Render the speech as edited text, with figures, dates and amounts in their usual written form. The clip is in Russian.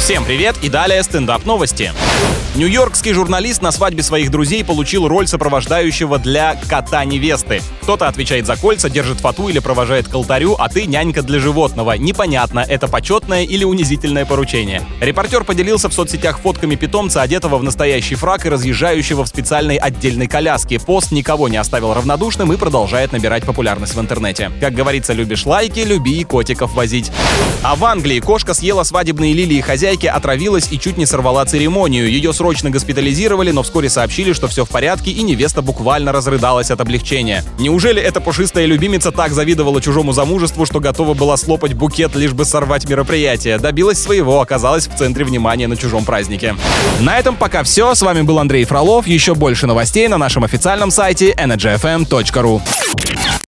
Всем привет и далее стендап-новости. Нью-йоркский журналист на свадьбе своих друзей получил роль сопровождающего для кота невесты. Кто-то отвечает за кольца, держит фату или провожает к алтарю, а ты нянька для животного. Непонятно, это почетное или унизительное поручение. Репортер поделился в соцсетях фотками питомца, одетого в настоящий фрак и разъезжающего в специальной отдельной коляске. Пост никого не оставил равнодушным и продолжает набирать популярность в интернете. Как говорится, любишь лайки, люби и котиков возить. А в Англии кошка съела свадебные лилии хозяйки, отравилась и чуть не сорвала церемонию. Ее срочно госпитализировали, но вскоре сообщили, что все в порядке, и невеста буквально разрыдалась от облегчения. Неужели эта пушистая любимица так завидовала чужому замужеству, что готова была слопать букет, лишь бы сорвать мероприятие? Добилась своего, оказалась в центре внимания на чужом празднике. На этом пока все. С вами был Андрей Фролов. Еще больше новостей на нашем официальном сайте energyfm.ru.